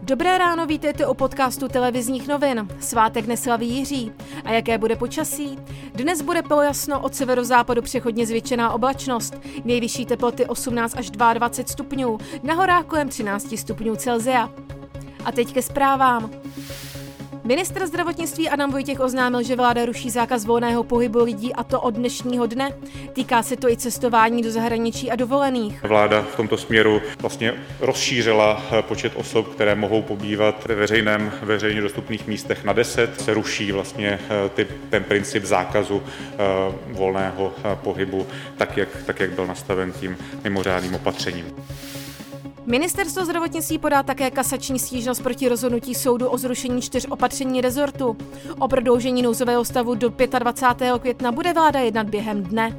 Dobré ráno, vítejte u podcastu televizních novin. Svátek neslaví Jiří. A jaké bude počasí? Dnes bude polojasno, od severozápadu přechodně zvětšená oblačnost. Nejvyšší teploty 18 až 22 stupňů, na horách kolem 13 stupňů Celsia. A teď ke zprávám. Ministr zdravotnictví Adam Vojtěch oznámil, že vláda ruší zákaz volného pohybu lidí, a to od dnešního dne. Týká se to i cestování do zahraničí a dovolených. Vláda v tomto směru vlastně rozšířila počet osob, které mohou pobývat ve veřejně dostupných místech na 10. Se ruší vlastně ten princip zákazu volného pohybu, tak jak byl nastaven tím mimořádným opatřením. Ministerstvo zdravotnictví podá také kasační stížnost proti rozhodnutí soudu o zrušení 4 opatření rezortu. O prodloužení nouzového stavu do 25. května bude vláda jednat během dne.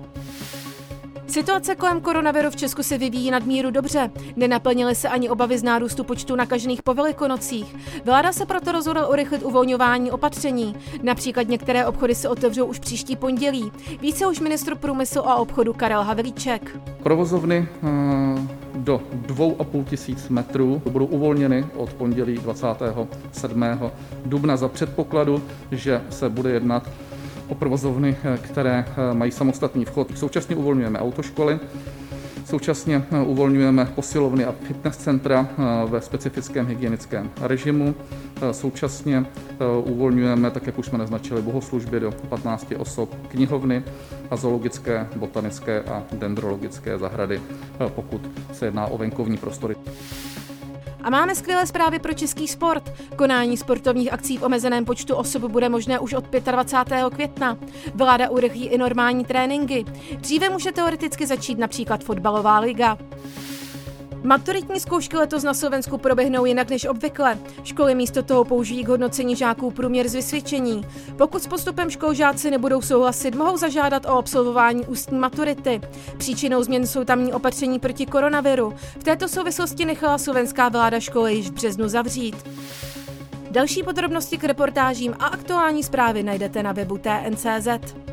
Situace kolem koronaviru v Česku se vyvíjí nadmíru dobře. Nenaplnily se ani obavy z nárůstu počtu nakažených po Velikonocích. Vláda se proto rozhodla urychlit uvolňování opatření. Například některé obchody se otevřou už příští pondělí. Více už ministr průmyslu a obchodu Karel Havlíček. Provozovny do 2,5 tisíc metrů budou uvolněny od pondělí 27. dubna za předpokladu, že se bude jednat o provozovny, které mají samostatný vchod. Současně uvolňujeme autoškoly, současně uvolňujeme posilovny a fitness centra ve specifickém hygienickém režimu, současně uvolňujeme, tak jak už jsme naznačili, bohoslužby do 15 osob, knihovny a zoologické, botanické a dendrologické zahrady, pokud se jedná o venkovní prostory. A máme skvělé zprávy pro český sport. Konání sportovních akcí v omezeném počtu osob bude možné už od 25. května. Vláda urychlí i normální tréninky. Dříve může teoreticky začít například fotbalová liga. Maturitní zkoušky letos na Slovensku proběhnou jinak než obvykle. Školy místo toho použijí k hodnocení žáků průměr z vysvědčení. Pokud s postupem škol žáci nebudou souhlasit, mohou zažádat o absolvování ústní maturity. Příčinou změn jsou tamní opatření proti koronaviru. V této souvislosti nechala slovenská vláda školy již v březnu zavřít. Další podrobnosti k reportážím a aktuální zprávy najdete na webu TN.cz.